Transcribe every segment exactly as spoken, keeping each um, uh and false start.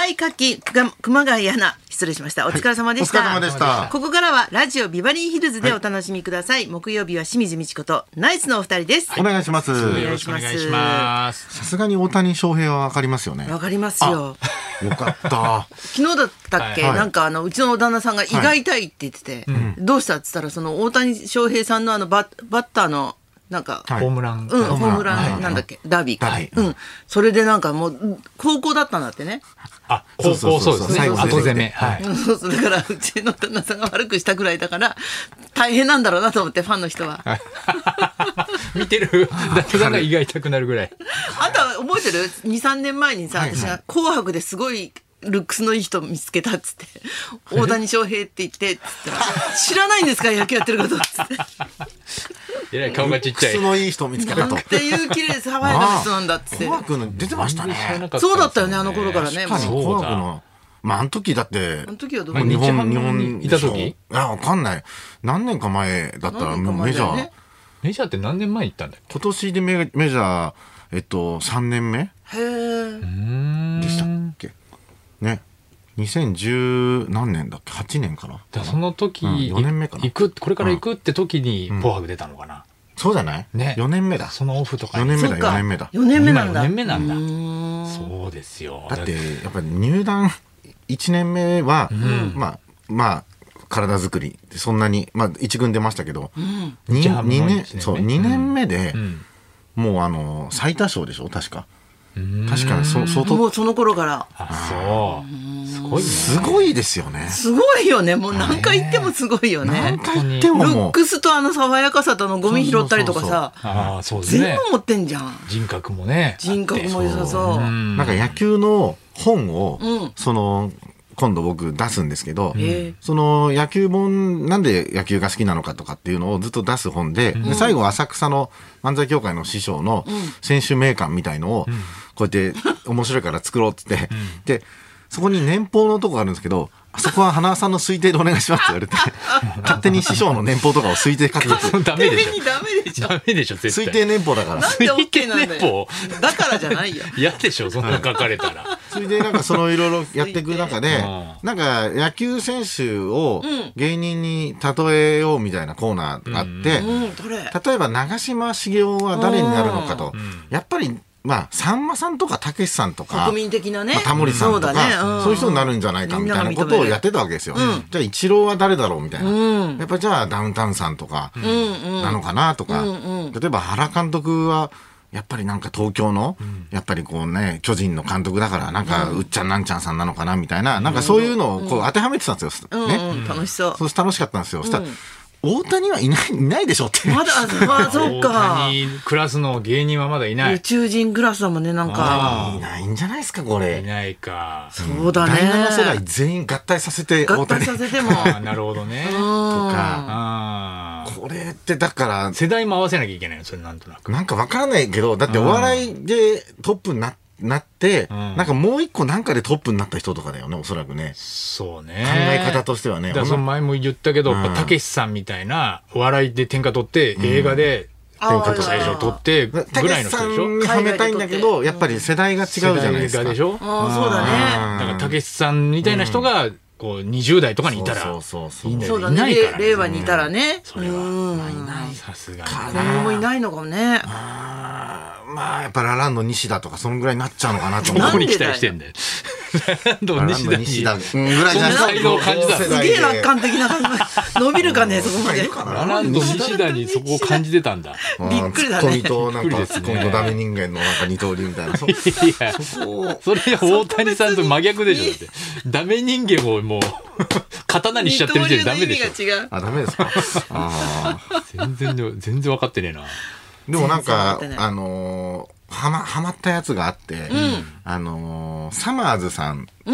井夏季、熊谷アナ、失礼しました。お疲れ様でした。 はい、お疲れ様でした。 ここからはラジオビバリーヒルズでお楽しみください。はい、木曜日は清水美智子とナイツのお二人です。 お願いします。 よろしくお願いします。 さすがに大谷翔平はわかりますよね。 わかりますよ。 よかった。 昨日だったっけ、はい、なんかあのうちの旦那さんが胃が痛いって言ってて、はい、どうしたって言ったらその大谷翔平さんのあのバッ、バッターのなんか、 はい、ホームラン、 うん、ホームランなんだっけ、はい、ダービーか、はい、うん、それでなんかもう高校だったんだってね。 あ、高校そうですね。後攻め、はい。 そうそう、だからうちの旦那さんが悪くしたくらいだから大変なんだろうなと思って、ファンの人は見てる旦那さんが胃が痛くなるぐらい。 あんた覚えてる？にさんねんまえにさ、私が紅白ですごいルックスのいい人見つけたっつって大谷翔平って言ってっつったら知らないんですか野球やってることっつってえらい顔がちっちゃい。 ルックスのいい人見つけたと。 っていう綺麗爽やかな人なんだっつって。 紅白の出てましたね。 そうだったよね、あの頃からね。 確かに紅白の、まああの時だってあの時はどこ日本日本いた時？いやわかんない。何年か前だったらメジャーメジャーって何年前行ったんだっけ？ 今年でメメジャーえっとさんねんめ？へえ。 でしたっけ？ね。にせんじゅう何年だっけはちねんかな。 だその時、うん、 よねんめかな。 行くこれから行くって時に紅白出たのかな、うん、 そうじゃない、ね、よねんめだ。 そのオフとかよねんめだよねんめだよねんめなんだ。 よねんめなんだ。そうですよ。 だってやっぱり入団いちねんめは、うん、まあまあ体作りそんなにまあ一軍出ましたけど、うん、に, にねんそうにねんめで、うん、もうあの最多勝でしょ確か。確かにそ相当もうその頃から。 あ、そうすごいね。 すごいですよね。 すごいよね。もう何回言ってもすごいよね。 何回言ってもルックスとあの爽やかさとのゴミ拾ったりとかさ、 あ、そうですね、 全部持ってんじゃん。 人格もね。 人格も良さそう。 なんか野球の本を、うん、その今度僕出すんですけど、うん、その野球本なんで野球が好きなのかとかっていうのをずっと出す本 で,、うん、で最後浅草の漫才協会の師匠の選手名鑑みたいのをこうやって面白いから作ろうって言って、うん、でそこに年俸のとこがあるんですけど、あそこは花輪さんの推定でお願いしますって言われて勝手に師匠の年俸とかを推定書けてダメでしょ。 ダメでしょ。 ダメでしょ絶対。 推定年俸だから。 なんで OK なんだよ。だからじゃないよ。 嫌でしょそんな書かれたら。 それでなんかそのいろいろやっていく中でなんか野球選手を芸人に例えようみたいなコーナーがあって、うんうん、例えば長嶋茂雄は誰になるのかと、やっぱりまあ、さんまさんとかたけしさんとか国民的なね、 まあ、タモリさんとか、ね、うん、そういう人になるんじゃないかみたいなことをやってたわけですよ、うん、じゃあイチローは誰だろうみたいな、うん、やっぱじゃあダウンタウンさんとかなのかなとか、うんうん、例えば原監督はやっぱりなんか東京の、うん、やっぱりこうね巨人の監督だからなんかうっちゃんなんちゃんさんなのかなみたいな、なんかそういうのをこう当てはめてたんですよ、 うんね、 うんうん、楽しそう。 そう楽しかったんですよ、そしたら大谷はいない、いないでしょってまだ、あ、そっか。 大谷クラスの芸人はまだいない。 宇宙人クラスだもんね、なんか。 いないんじゃないですか、これ。 いないか。 そうだね。 だいなな世代全員合体させて、 合体させても。 なるほどね。 とか。これってだから。 世代も合わせなきゃいけないの、それなんとなく。 なんかわからないけど、だってお笑いでトップになって、なって、うん、なんかもう一個なんかでトップになった人とかだよね、おそらくね。 そうね。 考え方としてはね。 だからその前も言ったけど、たけしさんみたいなお笑いで天下取って、うん、映画で天下最初取ってぐらいの人でしょ。たけしさんにはめたいんだけど、やっぱり世代が違うじゃないですか。 世代がでしょ。 ああ、そうだね。 だからたけしさんみたいな人が、こうにじゅう代とかにいたらいいんだよ。 そうだね。令和にいたらね。 それは。さすがに。 今後もいないのかもね。 まあやっぱラランド西田とかそのぐらいになっちゃうのかなと思う。 どこに期待してんだよ。ラランド西田ぐらいじゃないですか。 すげえ楽観的な感じ。伸びるかねそこまで。 ラランド西田にそこを感じてたんだ。 びっくりだね。 ツッコミとなんかツッコミとダメ人間のなんか二刀流みたいな。いやそれ大谷さんと真逆でしょって。ダメ人間をもう刀にしちゃってる時点でダメでしょ。 あダメですか。 全然全然分かってねえな。 でもなんかあのー、はまはまったやつがあって、うん、あのー、サマーズさん、うん、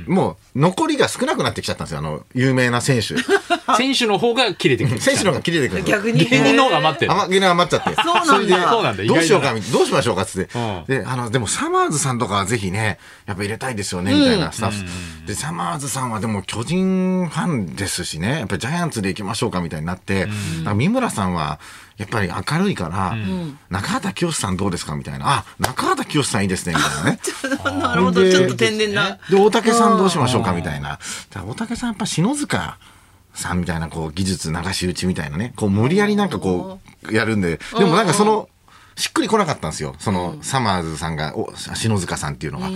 もう残りが少なくなってきちゃったんですよ、あの有名な選手選手の方が切れてくる選手の方が切れてくる逆に芸人の方が余ってる芸人余っちゃってそうなんだそうなんだどうしようかどうしましょうかっつって、うん、であのでもサマーズさんとかはぜひねやっぱ入れたいですよねみたいなスタッフ、うん、でサマーズさんはでも巨人ファンですしねやっぱりジャイアンツで行きましょうかみたいになって、うん、三村さんはやっぱり明るいから、うん、中畑清さんどうですかみたいなあ中畑清さんいいですねみたいなねなるほどちょっと天然なで大竹さんどうしましょうかみたいな。大竹さんやっぱ篠塚さんみたいなこう技術流し打ちみたいなね、こう無理やりなんかこうやるんで、でもなんかそのしっくりこなかったんですよ、そのサマーズさんがお篠塚さんっていうのが、うん、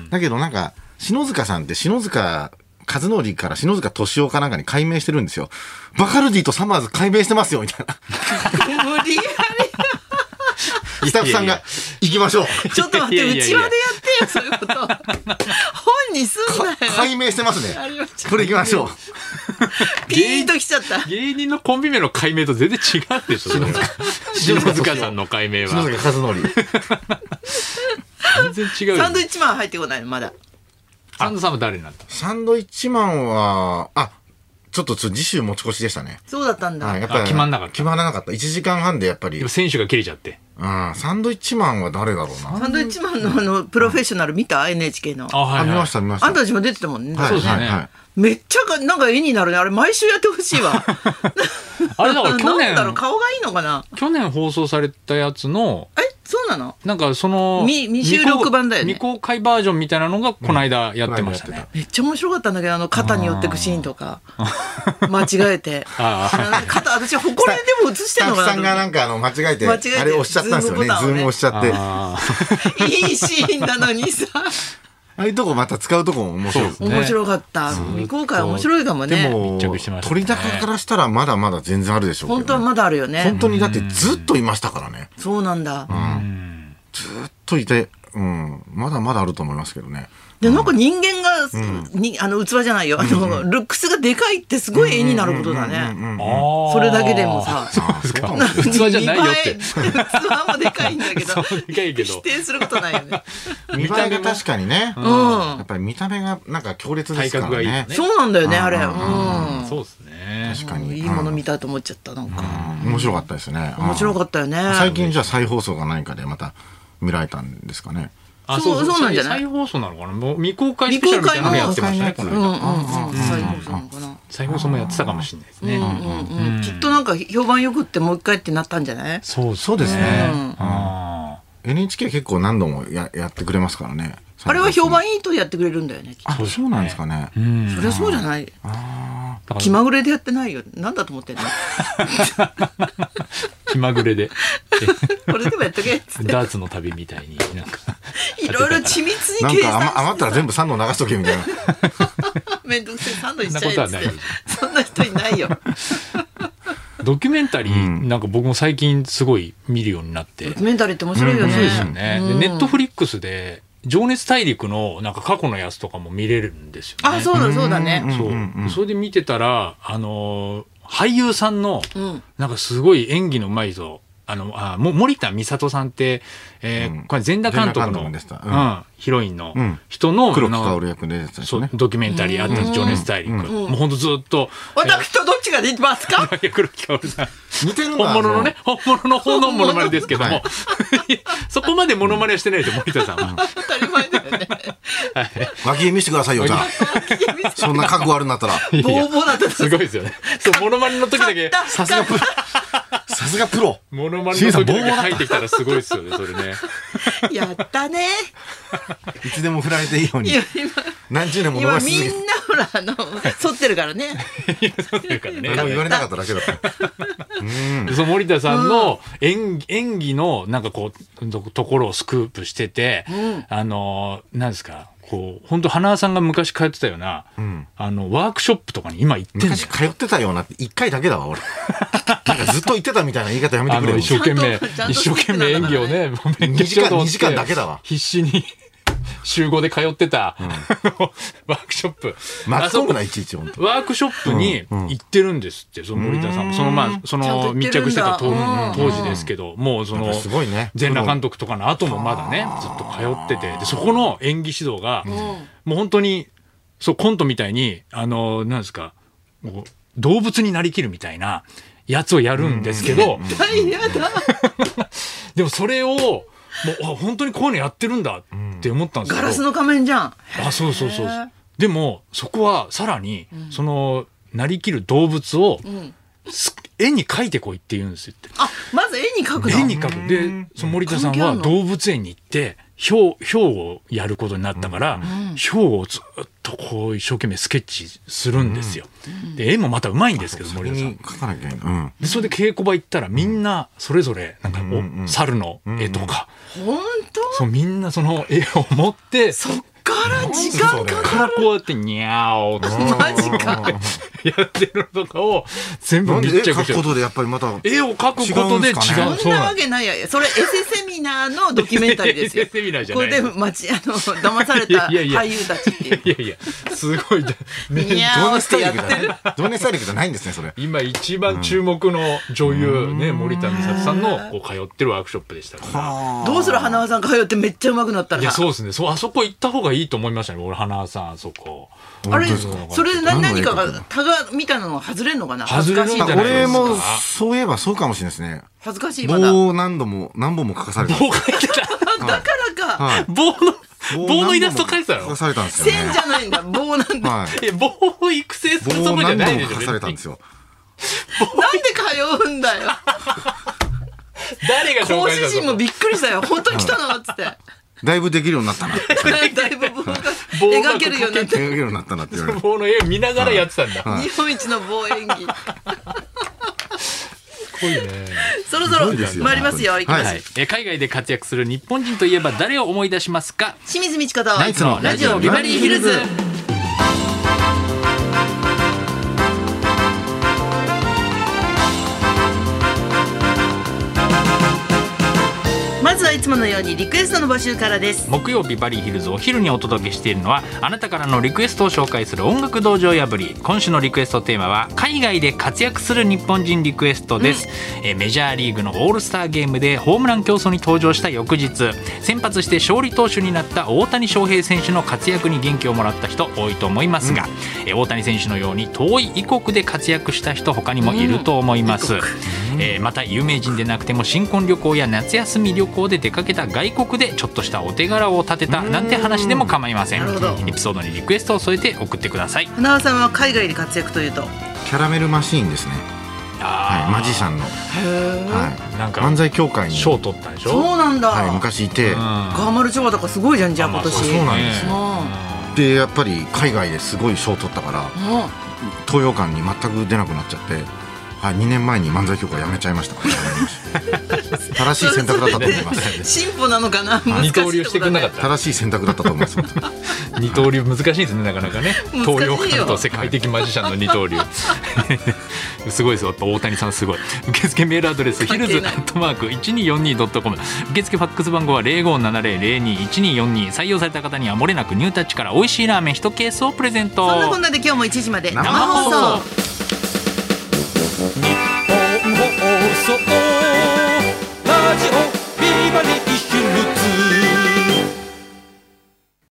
だけどなんか篠塚さんって篠塚和則から篠塚敏夫かなんかに改名してるんですよ。バカルディとサマーズ改名してますよみたいな無理やりスタッフさんが行きましょう。 ちょっと待って、うちわでやってよそういうこと本にすんなよ。 改名してますね。これ行きましょう。 ピーンときちゃった。 芸人のコンビ名の改名と全然違うでしょ。篠塚さんの改名は篠塚和則全然違う。 サンドイッチマン入ってこないのまだ。 サンドさんは誰なんだ。 サンドイッチマンはあちょっと次週持ち越しでしたね。 そうだったんだ。 はい、やっぱり決まんなかった。 決まらなかった。いちじかんはんでやっぱり。 選手が切れちゃって。 うん、サンドイッチマンは誰だろうな。 サンドイッチマンのあのプロフェッショナル見た エヌエイチケー の。 あ、はいはい、 見ました見ました。 あんたたちも出てたもんね。 はい、 そうですね。はいはい、 めっちゃなんか絵になるね。あれ毎週やってほしいわ。 あれだから去年なんだろう、顔がいいのかな。 去年放送されたやつの。 え、そうなの？ なんかその未未収録版だよね。 未公開バージョンみたいなのがこの間やってましたね。 めっちゃ面白かったんだけど、あの肩に寄ってくシーンとか間違えて。ああ肩私ほこりでも映してんのかな。 スタッフさんがなんかあの間違えてあれ押しちゃったんですよね。ズーム押しちゃって。 いいシーンなのにさ。 ああいうとこまた使うとこも面白いですね。 面白かった。未公開面白いかもね。 でも取り高からしたらまだまだ全然あるでしょうけどね。 本当はまだあるよね。 本当にだってずっといましたからね。 そうなんだ。 うん、ずっといて、うん、まだまだあると思いますけどね。 でなんか人間が、うん、にあの器じゃないよ、あの、うん、ルックスがでかいってすごい絵になることだね。それだけでもさ、 器じゃないよって。 器もでかいんだけど、 でかいけど否定することないよね。 見た目が確かにね、うん、やっぱり見た目がなんか強烈ですからね。 そうなんだよねあれ。 そうですね。 確かにいいもの見たと思っちゃったなんか。 面白かったですね。 面白かったよね。 最近じゃあ再放送が何かでまた見られたんですかね。 あ、そうそうなんじゃない。再放送なのかな。もう未公開スペシャルみたいなのやってましたね。この間。再放送なのかな。再放送もやってたかもしれないですね。 きっとなんか評判よくってもう一回ってなったんじゃない。 そうそうですね。エヌエイチケー 結構何度もややってくれますからね。 あれは評判いいとやってくれるんだよね。 あ、そうなんですかね。 そりゃそうじゃない。気まぐれでやってないよ。なんだと思ってんの。 気まぐれで。 これでもやっとけ。 ダーツの旅みたいになんか。 いろいろ緻密に計算して。なんか余ったら全部サンド流しとけみたいな。 めんどくせえサンドにしちゃえって。そんな人いないよ。 ドキュメンタリーなんか僕も最近すごい見るようになって。 ドキュメンタリーって面白いよね。 そうですよね。ネットフリックスで。情熱大陸のなんか過去のやつとかも見れるんですよね。 あ、そうだそうだね。 そう。それで見てたら、あの俳優さんのなんかすごい演技のうまいぞ。あのあも森田美里さんって、えーうん、これ全裸監督の、うんうん、ヒロインの人の、うん、 黒木薫役でですね。 そうドキュメンタリーあったんです、情熱大陸、うん、もう本当ずっと私とどっちが出てますか。 黒木薫さん似てるの本物のね本物の方のモノマネですけども、はい、そこまでモノマネはしてないですよ森田さんは。 当たり前だよね。 はい、脇毛見せてくださいよじゃあ。そんな覚悟あるんだったら。 ボーボーだった。 すごいですよね。そうモノマネの時だけさすがプロ。さすがプロ。 モノマネの時だけ入ってきたらすごいですよねそれね。 やったね。 いつでも振られていいように。何十年も伸ばし続けて。 今みんなほらあの反ってるからね。 反ってるからね。 言われなかっただけだった。 その森田さんの演演技のなんかこうところをスクープしてて、あのなんですか。こう本当花輪さんが昔通ってたような、うん、あのワークショップとかに今行ってん昔通ってたようなっていっかいだけだわ俺。なんかずっと言ってたみたいな言い方やめてくれよ。 一生懸命一生懸命演技をねにじかんにじかんだけだわ。 必死に週ごで通ってた、うん、ワークショップ巻き込むないちいち本当ワークショップに行ってるんですって、うん、その森田さんもそのまあその密着してた当時ですけど、もうその全裸監督とかの後もまだねずっと通ってて、でそこの演技指導が、うん、もう本当にそうコントみたいにあのなんですかもう動物になりきるみたいなやつをやるんですけど、でもそれをもうあ本当にこういうのやってるんだって思ったんですけど、 ガラスの仮面じゃん。 あそうそうそう。でもそこはさらに、うん、そのなりきる動物を、うん、 絵に描いてこいって言うんですよって。 あ、まず絵に描くの。 絵に描く。で、その森田さんは動物園に行ってヒョウ、ヒョウをやることになったから、うん、ヒョウをずっとこう一生懸命スケッチするんですよ。うん、で絵もまたうまいんですけど、森田さん。 描かなきゃいけない。うん、 でそれで稽古場行ったらみんなそれぞれなんかこう、うん、猿の絵とか、 本当？ そうみんなその絵を持って。 そっから時間かかるこうやってにゃーおってマジかやってるのとかを全部密着して絵描くことでやっぱりまた絵を描くことで違う。 そんなわけないや。それエセセミナーのドキュメンタリーですよ。 エセセミナーじゃない。 これで街あの騙された俳優たちっていう。 いやいやすごい。 にゃーってやってる。 情熱大陸じゃないんですねそれ。 今一番注目の女優ね森田美里さんのこう通ってるワークショップでしたから。 どうする花輪さん通ってめっちゃ上手くなったら。 いやそうですね。そうあそこ行った方がいいと思いましたね。花さんあそこあれそれで何何かがタガみたいなのが外れるのかな。 恥ずかしいんじゃないですか。 俺もそういえばそうかもしれないですね。 恥ずかしい。まだ棒何度も何本も書かされた。 棒書いてただからか、 はい、 棒の棒のイラスト描いてたの。 書かされたんですよね。 線じゃないんだ棒なんだ、 はい、 え棒を育成するとこじゃないでしょ。 棒何度も書かされたんですよ。 なんで通うんだよ誰が紹講介したの。 師陣もびっくりしたよ。本当に来たのっつってだいぶできるようになったな。 だいぶ棒が描けるようになって。 描けるようになったなって言われる。 棒の絵を見ながらやってたんだ。 日本一の棒演技。 すごいね。 そろそろ参りますよ。行きます。 はい、え海外で活躍する日本人といえば誰を思い出しますか。 清水美智子とナイツのラジオビバリーヒルズ。まずはいつものようにリクエストの募集からです。 木曜ビバリーヒルズお昼にお届けしているのはあなたからのリクエストを紹介する音楽道場破り。今週のリクエストテーマは海外で活躍する日本人リクエストです、うん、えメジャーリーグのオールスターゲームでホームラン競争に登場した翌日先発して勝利投手になった大谷翔平選手の活躍に元気をもらった人多いと思いますが、うん、え大谷選手のように遠い異国で活躍した人他にもいると思います、うんえー、また有名人でなくても新婚旅行や夏休み旅行で出かけた外国でちょっとしたお手柄を立てたなんて話でも構いません。エピソードにリクエストを添えて送ってください。 花輪さんは海外で活躍というとキャラメルマシーンですね。はい、マジシャンの、はい、なんか漫才協会に賞取ったでしょ。 そうなんだ、 はい、昔いてガーマルチョバとかすごいじゃんじゃあ今年。 そうなんですよ、うん、でやっぱり海外ですごい賞取ったから、うん、東洋館に全く出なくなっちゃって、はい、にねんまえに漫才協会辞めちゃいました正しい選択だったと思います進歩なのかな。 二刀流してくれなかった。 正しい選択だったと思います二刀流難しいですねなかなかね。東洋館と世界的マジシャンの二刀流すごいですよ。大谷さんすごい。受付メールアドレスヒルズアットマーク いちにーよんにードットコム 受付ファックス番号は ゼロごーななゼロ ゼロにーいちにーよんにー 採用された方には漏れなくニュータッチから美味しいラーメンいちケースをプレゼント。 そんなこんなで今日もいちじまで生放送。